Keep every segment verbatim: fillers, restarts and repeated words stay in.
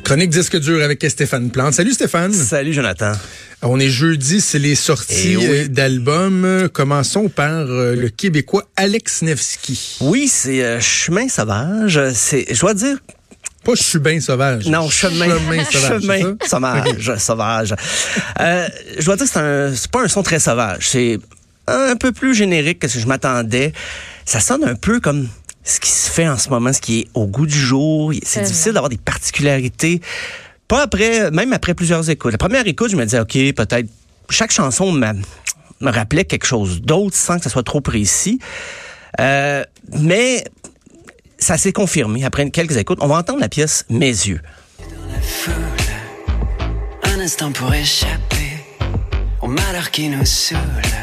Chronique disque dur avec Stéphane Plante. Salut Stéphane. Salut Jonathan. On est jeudi, c'est les sorties oui. d'albums. Commençons par euh, le Québécois Alex Nevsky. Oui, c'est euh, Chemin sauvage. C'est, je dois dire... Pas je suis bien sauvage. Non, chemin, chemin sauvage. Chemin sauvage, okay. sauvage. Euh, je dois dire que c'est, un, c'est pas un son très sauvage. C'est un peu plus générique que ce que je m'attendais. Ça sonne un peu comme ce qui se fait en ce moment, ce qui est au goût du jour. C'est euh, difficile d'avoir des particularités. Pas après, même après plusieurs écoutes. La première écoute, je me disais, OK, peut-être, chaque chanson me, me rappelait quelque chose d'autre sans que ça soit trop précis. Euh, mais ça s'est confirmé après quelques écoutes. On va entendre la pièce Mes yeux. Dans la foule, un instant pour échapper au malheur qui nous saoule.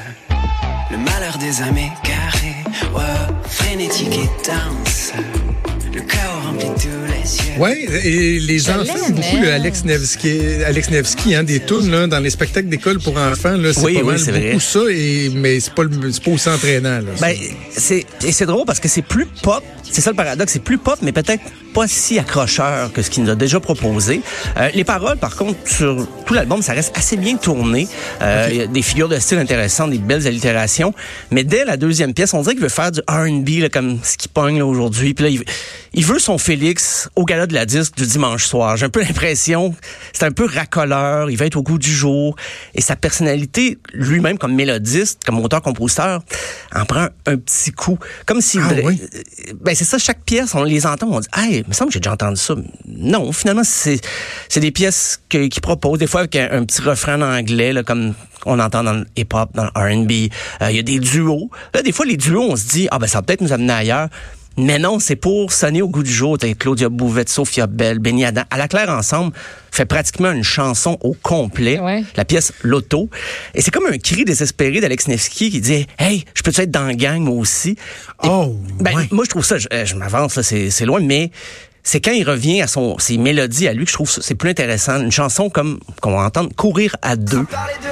Le malheur des âmes égarées, wow, frénétique et dense. Le chaos remplit tous les yeux. Ouais, et les Je enfants aiment beaucoup le Alex Nevsky, Alex Nevsky, hein, des tunes là, dans les spectacles d'école pour enfants. Là, c'est oui, pas oui, mal c'est beaucoup vrai. ça, et, mais c'est pas, le, c'est pas aussi entraînant. Là, ben, c'est, et c'est drôle parce que c'est plus pop. C'est ça le paradoxe, c'est plus pop, mais peut-être pas si accrocheur que ce qu'il nous a déjà proposé. Euh, les paroles, par contre, sur tout l'album, ça reste assez bien tourné. Euh, okay. Il y a des figures de style intéressantes, des belles allitérations. Mais dès la deuxième pièce, on dirait qu'il veut faire du R and B, là, comme ce qui pogne là, aujourd'hui. Puis là, il, il veut son Félix au gala de la disque du dimanche soir. J'ai un peu l'impression, c'est un peu racoleur, il va être au goût du jour. Et sa personnalité, lui-même comme mélodiste, comme auteur-compositeur, en prend un petit coup. Comme s'il... Ah, oui. Ben, c'est ça, chaque pièce, on les entend, on dit, hey, il me semble que j'ai déjà entendu ça. Non, finalement, c'est, c'est des pièces que, qu'ils proposent, des fois avec un, un petit refrain en anglais, là, comme on entend dans le hip-hop, dans le R and B. Il euh, y a des duos. Là, des fois, les duos, on se dit, ah, ben, ça va peut-être nous amener ailleurs. Mais non, c'est pour sonner au goût du jour. T'as Claudia Bouvette, Sophia Bell, Benny Adam. À la claire ensemble, fait pratiquement une chanson au complet. Ouais. La pièce Loto. Et c'est comme un cri désespéré d'Alex Nevsky qui dit, hey, je peux-tu être dans la gang, moi aussi? Et, oh, ben, ouais. Moi, je trouve ça, je, je m'avance, là, c'est, c'est loin, mais c'est quand il revient à son, ses mélodies à lui que je trouve ça, c'est plus intéressant. Une chanson comme, qu'on va entendre, Courir à deux.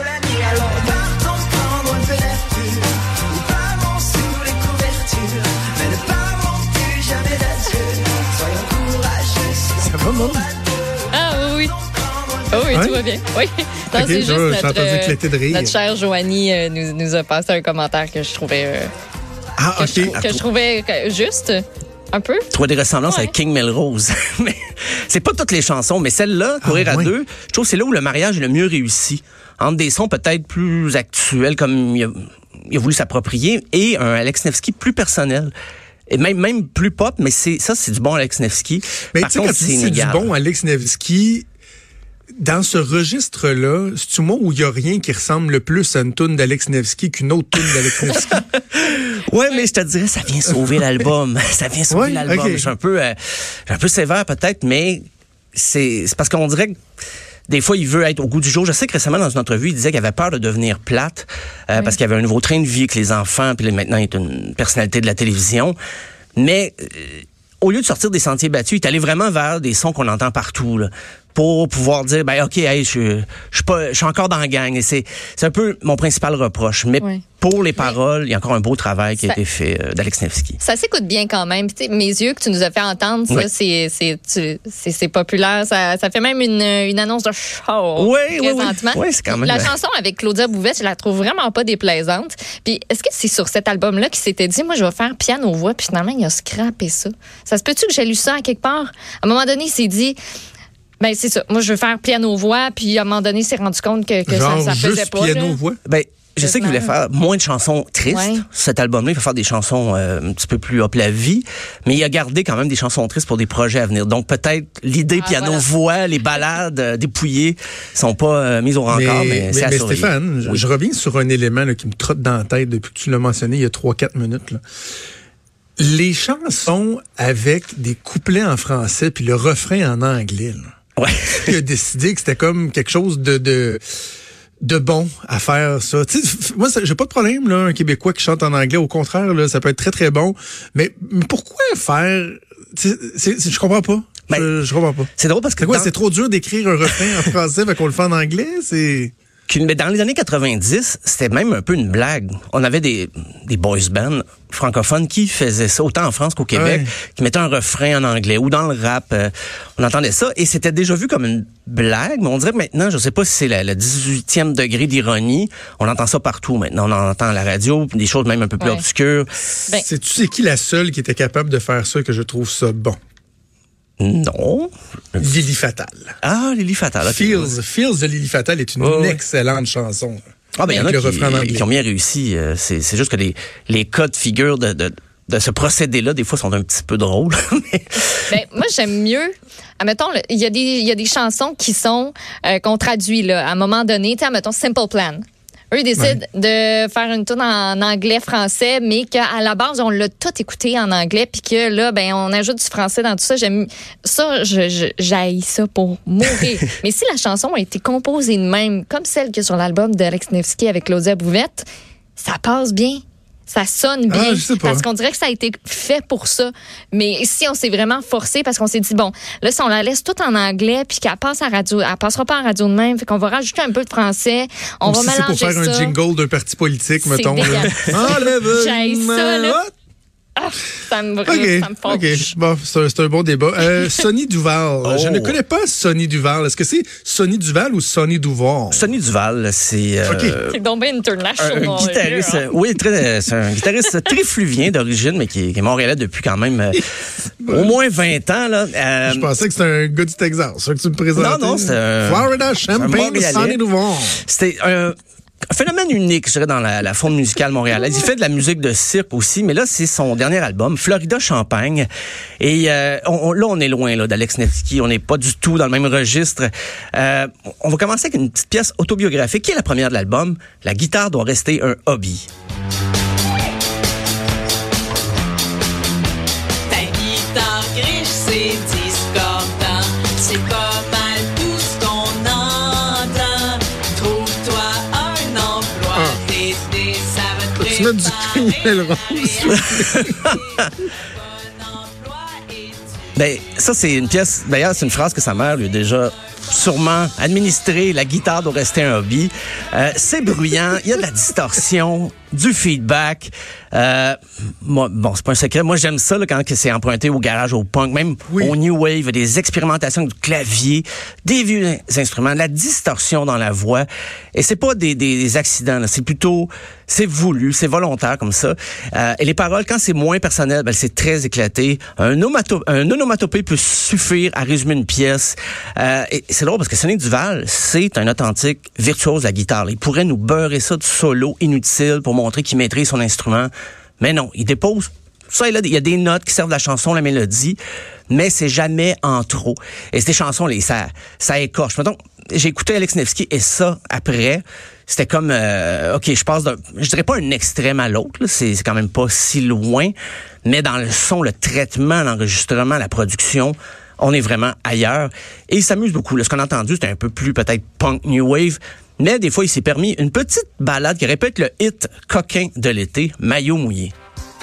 Ah oui, oui. Oh oui, ouais? Tout va bien. Oui. Non, okay, c'est juste je, notre, de rire. notre chère Joanie euh, nous, nous a passé un commentaire que je trouvais euh, ah, que, okay. je, que je trouvais juste un peu. Tu vois des ressemblances ouais. avec King Melrose. Mais c'est pas toutes les chansons, mais celle-là, Courir ah, à oui. deux, je trouve que c'est là où le mariage est le mieux réussi. Entre des sons peut-être plus actuels, comme il a, il a voulu s'approprier, et un Alex Nevsky plus personnel. Et même, même plus pop, mais c'est ça, c'est du bon Alex Nevsky. Mais tu sais, quand tu dis c'est du bon Alex Nevsky, dans ce registre-là, c'est-tu moi où il n'y a rien qui ressemble le plus à une toune d'Alex Nevsky qu'une autre toune d'Alex Nevsky? Ouais, mais je te dirais, ça vient sauver l'album. Ça vient sauver ouais, l'album. Okay. Je suis un peu, euh, un peu sévère peut-être, mais c'est, c'est parce qu'on dirait que des fois, il veut être au goût du jour. Je sais que récemment, dans une entrevue, il disait qu'il avait peur de devenir plate euh, oui. parce qu'il y avait un nouveau train de vie avec les enfants, puis là, maintenant, il est une personnalité de la télévision. Mais euh, au lieu de sortir des sentiers battus, il est allé vraiment vers des sons qu'on entend partout, là, pour pouvoir dire, ben ok, hey, je, je suis pas, je suis encore dans la gang. Et c'est, c'est un peu mon principal reproche. Mais oui. pour les paroles, il y a encore un beau travail qui ça, a été fait euh, d'Alex Nevsky. Ça s'écoute bien quand même. Puis, mes yeux que tu nous as fait entendre, ça, oui. c'est, c'est, tu, c'est, c'est populaire. Ça, ça fait même une, une annonce de show. Oui, oui, oui. oui, c'est quand même. La chanson avec Claudia Bouvette, je la trouve vraiment pas déplaisante. Puis, est-ce que c'est sur cet album-là qu'il s'était dit, moi, je vais faire piano-voix, puis finalement, il a scrappé ça? Ça se peut-tu que j'ai lu ça à quelque part? À un moment donné, il s'est dit, ben c'est ça. Moi, je veux faire piano-voix, puis à un moment donné, il s'est rendu compte que, que Genre ça, ça faisait juste pas. piano-voix? Ben, je sais qu'il voulait faire moins de chansons tristes. Ouais. Cet album-là, il va faire des chansons euh, un petit peu plus hop la vie, mais il a gardé quand même des chansons tristes pour des projets à venir. Donc peut-être l'idée ah, piano-voix, voilà. les balades euh, dépouillées sont pas euh, mises au rencard, mais, mais c'est à mais surveiller. Stéphane, oui. je, je reviens sur un élément là, qui me trotte dans la tête depuis que tu l'as mentionné il y a trois quatre minutes. Là. Les chansons avec des couplets en français puis le refrain en anglais. Là. Ouais. Il a décidé que c'était comme quelque chose de, de, de bon à faire, ça. Tu sais, moi, ça, j'ai pas de problème, là, un Québécois qui chante en anglais. Au contraire, là, ça peut être très, très bon. Mais, mais pourquoi faire... C'est, c'est, c'est, je comprends pas. Ben, je, je comprends pas. C'est drôle parce que... C'est quoi, dans... c'est trop dur d'écrire un refrain en français, fait qu'on le fait en anglais? C'est... Mais dans les années quatre-vingt-dix, c'était même un peu une blague. On avait des, des boys bands francophones qui faisaient ça, autant en France qu'au Québec, ouais. qui mettaient un refrain en anglais ou dans le rap. Euh, on entendait ça et c'était déjà vu comme une blague, mais on dirait que maintenant, je sais pas si c'est le dix-huitième degré d'ironie, on entend ça partout maintenant. On en entend à la radio, des choses même un peu plus ouais. obscures. Ben, sais-tu c'est qui la seule qui était capable de faire ça que je trouve ça bon? Non. Lily Fatal. Ah, Lily Fatal. Okay. Feels, Feels de Lily Fatal est une oh, excellente chanson. Ah, ben, il y en a qui, qui ont bien réussi. C'est, c'est juste que les, les cas de figure de, de, de ce procédé-là, des fois, sont un petit peu drôles. mais... ben, moi, j'aime mieux. Admettons, il y a des, il y a des chansons qui sont, euh, qu'on traduit, là, à un moment donné. Tu sais, admettons, Simple Plan. Eux, ils décident ouais. de faire une tune en anglais-français, mais qu'à la base, on l'a tout écouté en anglais, puis que là, ben, on ajoute du français dans tout ça. J'aime ça, je, je, j'haïs ça pour mourir. Mais si la chanson a été composée de même, comme celle qui est sur l'album d'Alex Nevsky avec Claudia Bouvette, ça passe bien. Ça sonne bien, ah, parce qu'on dirait que ça a été fait pour ça. Mais si on s'est vraiment forcé, parce qu'on s'est dit, bon, là, si on la laisse toute en anglais, puis qu'elle passe à radio, elle passera pas en radio de même, fait qu'on va rajouter un peu de français, on Ou va si mélanger ça. c'est pour faire ça. un jingle d'un parti politique, c'est mettons. J'haïs ça, là. Ah, ça me, okay, ça me fâche. OK, bon, c'est un, c'est un bon débat. Euh, Sonny Duval. Oh. Je ne connais pas Sonny Duval. Est-ce que c'est Sonny Duval ou Sonny Duval? Sonny Duval, c'est... Euh, okay. C'est donc bien international. Un, un guitariste, hein? Oui, très, c'est un guitariste trifluvien d'origine, mais qui est, qui est montréalais depuis quand même euh, au moins vingt ans. Là. Euh, Je pensais que c'était un gars du Texas, ça que tu me présentais. Non, non, c'est un... Florida Champagne, Sonny Duval. C'était un... Un phénomène unique, je dirais, dans la, la forme musicale montréalaise. Il fait de la musique de cirque aussi, mais là, c'est son dernier album, Florida Champagne. Et euh, on, là, on est loin là d'Alex Nevsky. On n'est pas du tout dans le même registre. Euh, on va commencer avec une petite pièce autobiographique, qui est la première de l'album. La guitare doit rester un hobby. Ta guitare griche, c'est discordant. C'est pas mal tout ce qu'on entend. Trouve-toi un emploi. Ah. D'été, ça va te tu mets du criminel rose. Ben, ça, c'est une pièce... D'ailleurs, c'est une phrase que sa mère lui a déjà sûrement administré. La guitare doit rester un hobby. Euh, c'est bruyant, il y a de la distorsion, du feedback. Euh, moi, bon, c'est pas un secret. Moi, j'aime ça là, quand c'est emprunté au garage, au punk, même oui. au new wave, des expérimentations avec du clavier, des vieux instruments, de la distorsion dans la voix. Et c'est pas des, des, des accidents. Là. C'est plutôt, c'est voulu, c'est volontaire comme ça. Euh, et les paroles, quand c'est moins personnel, ben, c'est très éclaté. Un, onomato, un onomatopée peut suffire à résumer une pièce. Euh, et c'est drôle parce que Sonny Duval, c'est un authentique virtuose de la guitare. Là. Il pourrait nous beurrer ça de solo inutile pour montrer qu'il maîtrise son instrument. Mais non, il dépose ça et là, il y a des notes qui servent la chanson, la mélodie, mais c'est jamais en trop. Et ces chansons-là, ça, ça écorche. Mettons, j'ai écouté Alex Nevsky et ça, après, c'était comme, euh, OK, je passe d'un, je dirais pas un extrême à l'autre, là, c'est, c'est quand même pas si loin, mais dans le son, le traitement, l'enregistrement, la production, on est vraiment ailleurs. Et il s'amuse beaucoup. Là, ce qu'on a entendu, c'était un peu plus peut-être punk new wave, mais des fois, il s'est permis une petite balade qui répète le hit coquin de l'été, Maillot mouillé.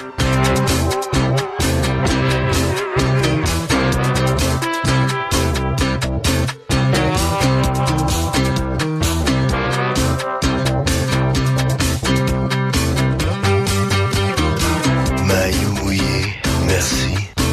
Maillot mouillé, merci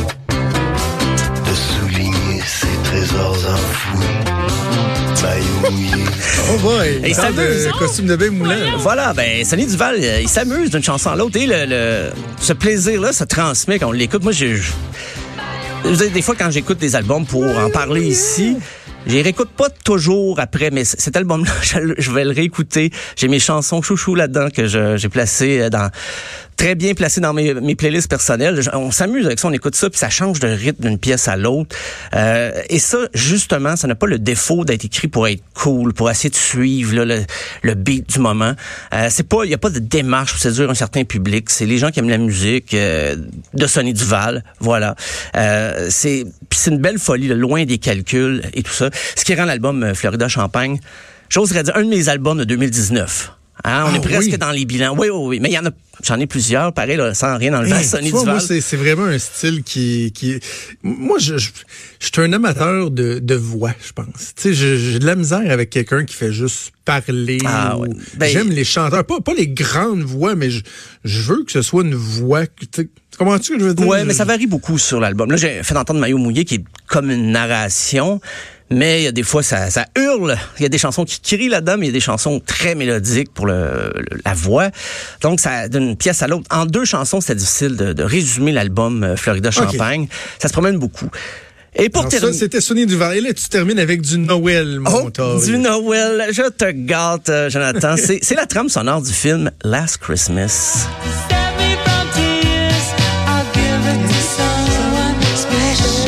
de souligner ces trésors enfouis. Maillot mouillé. Oh boy! Et il s'amuse. De costume de bain moulant. Voilà, ben, Sonny Duval, il s'amuse d'une chanson à l'autre. Et le, le, ce plaisir-là se transmet quand on l'écoute. Moi, j'ai, je, des fois, quand j'écoute des albums pour en parler ici, je les réécoute pas toujours après, mais cet album-là, je, je vais le réécouter. J'ai mes chansons chouchou là-dedans que je, j'ai placées dans, très bien placées dans mes, mes playlists personnelles. On s'amuse avec ça, on écoute ça, puis ça change de rythme d'une pièce à l'autre. Euh, et ça, justement, ça n'a pas le défaut d'être écrit pour être cool, pour essayer de suivre là, le, le beat du moment. Euh, c'est pas, il y a pas de démarche pour séduire un certain public. C'est les gens qui aiment la musique euh, de Sonny Duval, voilà. Euh, c'est, puis c'est une belle folie, là, loin des calculs et tout ça. Ce qui rend l'album Florida Champagne, j'oserais dire, un de mes albums de deux mille dix-neuf. Hein, on Ah, est presque oui. dans les bilans. Oui, oui, oui. Mais il y en a, j'en ai plusieurs, pareil, là, sans rien enlever à Hey, Sonny tu vois, Duval. moi, c'est, c'est vraiment un style qui, qui, moi, je, je, je suis un amateur de, de voix, je pense. Tu sais, j'ai, j'ai de la misère avec quelqu'un qui fait juste parler. Ah, ou- ouais. Ben, J'aime les chanteurs, pas, pas les grandes voix, mais je, je veux que ce soit une voix, tu sais, comprends-tu ce que je veux dire? Ouais, mais ça varie beaucoup sur l'album. Là, j'ai fait entendre Maillot mouillé qui est comme une narration. Mais il y a des fois, ça, ça hurle. Il y a des chansons qui crient là-dedans, mais il y a des chansons très mélodiques pour le, le- la voix. Donc, ça d'une pièce à l'autre. En deux chansons, c'était difficile de, de résumer l'album euh, Florida Champagne. Ça se promène beaucoup. Et pour Alors ça, terminer... c'était Sonny Duval. Et là, tu termines avec du Noël, mon Oh, Tori. du Noël, je te gâte, euh, Jonathan. c'est, c'est la trame sonore du film Last Christmas. Save me from tears. I'll give it to someone special.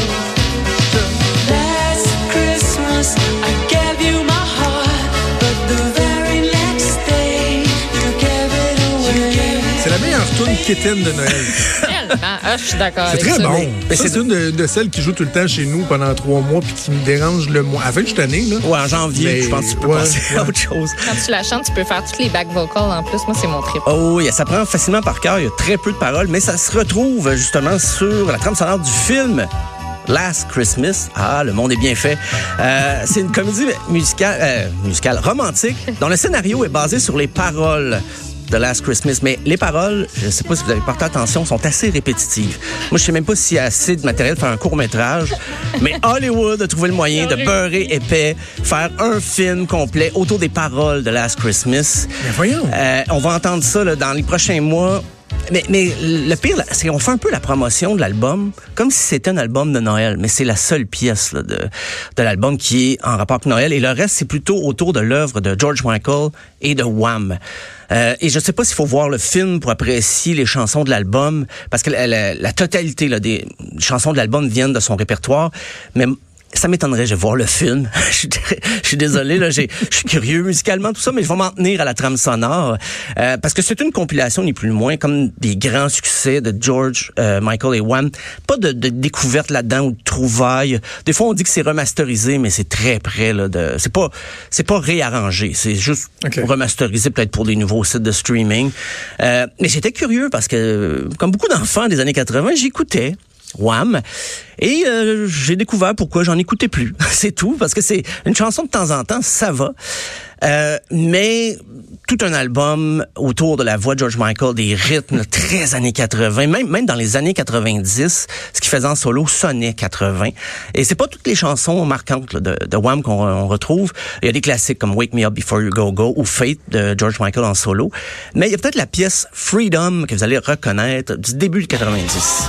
Last Christmas, I gave you my heart, but the very next day, you gave it away. C'est la meilleure tune quétaine de Noël. Tellement. Ah, je suis d'accord C'est avec très ça. bon. Mais Ça, c'est c'est une de, de celles qui joue tout le temps chez nous pendant trois mois puis qui me dérange le moins. À la fin de cette année, là. Ouais, en janvier, Mais, je pense que tu peux ouais, passer à ouais. autre chose. Quand tu la chantes, tu peux faire toutes les back vocals en plus. Moi, c'est mon trip. Oh oui, ça prend facilement par cœur. Il y a très peu de paroles, mais ça se retrouve justement sur la trame sonore du film Last Christmas. Ah, le monde est bien fait. Euh, c'est une comédie musicale, euh, musicale romantique dont le scénario est basé sur les paroles de Last Christmas. Mais les paroles, je ne sais pas si vous avez porté attention, sont assez répétitives. Moi, je sais même pas s'il y a assez de matériel pour faire un court-métrage, mais Hollywood a trouvé le moyen de beurrer épais, faire un film complet autour des paroles de Last Christmas. Mais voyons. Euh, on va entendre ça là, dans les prochains mois. Mais, mais le pire, là, c'est qu'on fait un peu la promotion de l'album comme si c'était un album de Noël. Mais c'est la seule pièce là, de, de l'album qui est en rapport avec Noël. Et le reste, c'est plutôt autour de l'œuvre de George Michael et de Wham. Euh, et je sais pas s'il faut voir le film pour apprécier les chansons de l'album, parce que la, la, la totalité là, des chansons de l'album viennent de son répertoire. Mais ça m'étonnerait, je vais voir le film. Je suis, je suis désolé, là, j'ai, je suis curieux musicalement, tout ça, mais je vais m'en tenir à la trame sonore. Euh, parce que c'est une compilation, ni plus ni moins, comme des grands succès de George, euh, Michael et Wham. Pas de, de découverte là-dedans ou de trouvailles. Des fois, on dit que c'est remasterisé, mais c'est très près, là, de, c'est pas, c'est pas réarrangé. C'est juste Okay. remasterisé peut-être pour des nouveaux sites de streaming. Euh, mais j'étais curieux parce que, comme beaucoup d'enfants des années quatre-vingts, j'écoutais Wham! Et euh, j'ai découvert pourquoi j'en écoutais plus. C'est tout, parce que c'est une chanson de temps en temps, ça va. Euh, mais tout un album autour de la voix de George Michael, des rythmes très années quatre-vingts, même même dans les années quatre-vingt-dix, ce qu'il faisait en solo sonnait quatre-vingts. Et c'est pas toutes les chansons marquantes là, de, de Wham qu'on on retrouve. Il y a des classiques comme Wake Me Up Before You Go Go ou Fate de George Michael en solo. Mais il y a peut-être la pièce Freedom que vous allez reconnaître du début de quatre-vingt-dix.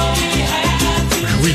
Oui.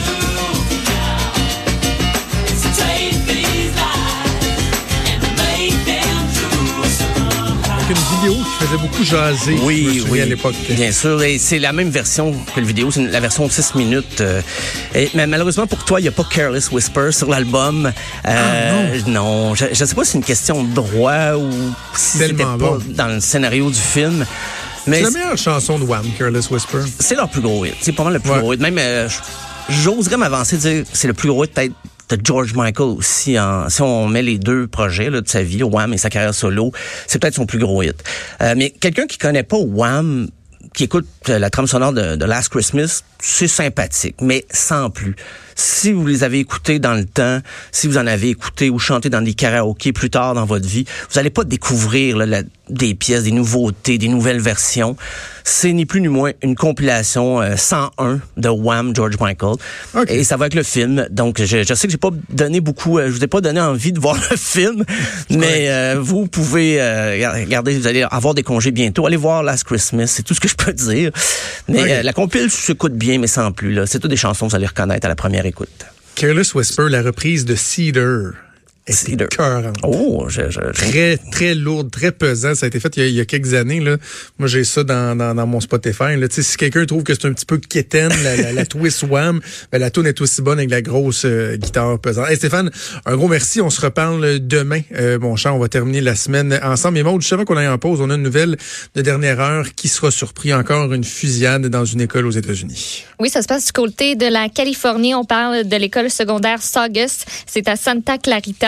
Avec une vidéo qui faisait beaucoup jaser. Oui, je me souviens oui, à l'époque. bien sûr. Et c'est la même version que le vidéo, c'est une- la version de six minutes. euh, et, mais malheureusement pour toi, il n'y a pas Careless Whisper sur l'album. Euh, non. Je ne sais pas si c'est une question de droit ou si c'était Tellement pas bon. dans le scénario du film. C'est Mais la meilleure chanson de Wham, Careless Whisper. c'est leur plus gros hit. C'est pas mal le plus Ouais. gros hit. Même, euh, j'oserais m'avancer dire que c'est le plus gros hit peut-être de George Michael aussi. En, si on met les deux projets là, de sa vie, Wham et sa carrière solo, c'est peut-être son plus gros hit. Euh, mais quelqu'un qui connaît pas Wham, qui écoute euh, la trame sonore de, de Last Christmas, c'est sympathique, mais sans plus. Si vous les avez écoutés dans le temps, si vous en avez écouté ou chanté dans des karaokés plus tard dans votre vie, vous n'allez pas découvrir là, la, des pièces, des nouveautés, des nouvelles versions. C'est ni plus ni moins une compilation euh, cent un de Wham, George Michael. Ok. Et ça va avec le film. Donc, je, je sais que j'ai pas donné beaucoup, euh, je vous ai pas donné envie de voir le film, mais euh, vous pouvez euh, regarder, vous allez avoir des congés bientôt. Allez voir Last Christmas, c'est tout ce que je peux dire. Mais Ok. euh, la compile s'écoute bien, mais sans plus. Là, c'est toutes des chansons que vous allez reconnaître à la première écoute. Careless Whisper, la reprise de Cedar. Cedar. C'était écœurante. Oh, je, je, je- Très, très lourde, très pesant. Ça a été fait il y a, il y a quelques années. Là. Moi, j'ai ça dans, dans, dans mon Spotify. Là. Tu sais, si quelqu'un trouve que c'est un petit peu quétaine, la, la, la twist Wham, ben, la tune est aussi bonne avec la grosse euh, guitare pesante. Hey, Stéphane, un gros merci. On se reparle demain. Euh, mon cher, on va terminer la semaine ensemble. Mais Maud, juste avant qu'on aille en pause, on a une nouvelle de dernière heure. Qui sera surpris? Encore une fusillade dans une école aux États-Unis. Oui, ça se passe du côté de la Californie. On parle de l'école secondaire Saugus. C'est à Santa Clarita.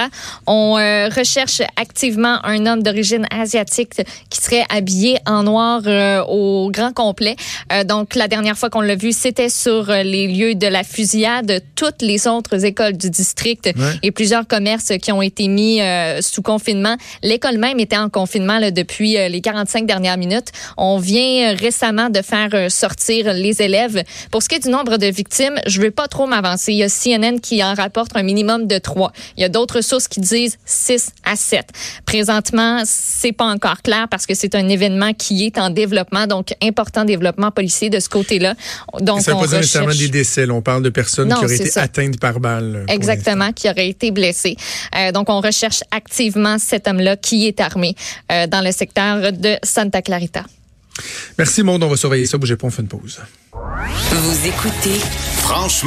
Clarita. On euh, recherche activement un homme d'origine asiatique qui serait habillé en noir euh, au grand complet. Euh, donc, la dernière fois qu'on l'a vu, c'était sur euh, les lieux de la fusillade. Toutes les autres écoles du district ouais. et plusieurs commerces qui ont été mis euh, sous confinement. L'école même était en confinement là, depuis euh, les quarante-cinq dernières minutes. On vient euh, récemment de faire euh, sortir les élèves. Pour ce qui est du nombre de victimes, je veux pas trop m'avancer. Il y a C N N qui en rapporte un minimum de trois. Il y a d'autres sources qui disent six à sept. Présentement, c'est pas encore clair parce que c'est un événement qui est en développement, donc important développement policier de ce côté-là. Donc, ça ne veut pas dire recherche... nécessairement des décès. Là. On parle de personnes non, qui auraient été ça. atteintes par balle. Exactement, qui auraient été blessées. Euh, donc, on recherche activement cet homme-là qui est armé euh, dans le secteur de Santa Clarita. Merci, Maud. On va surveiller ça. Bougez pas, on fait une pause. Vous écoutez Franchement.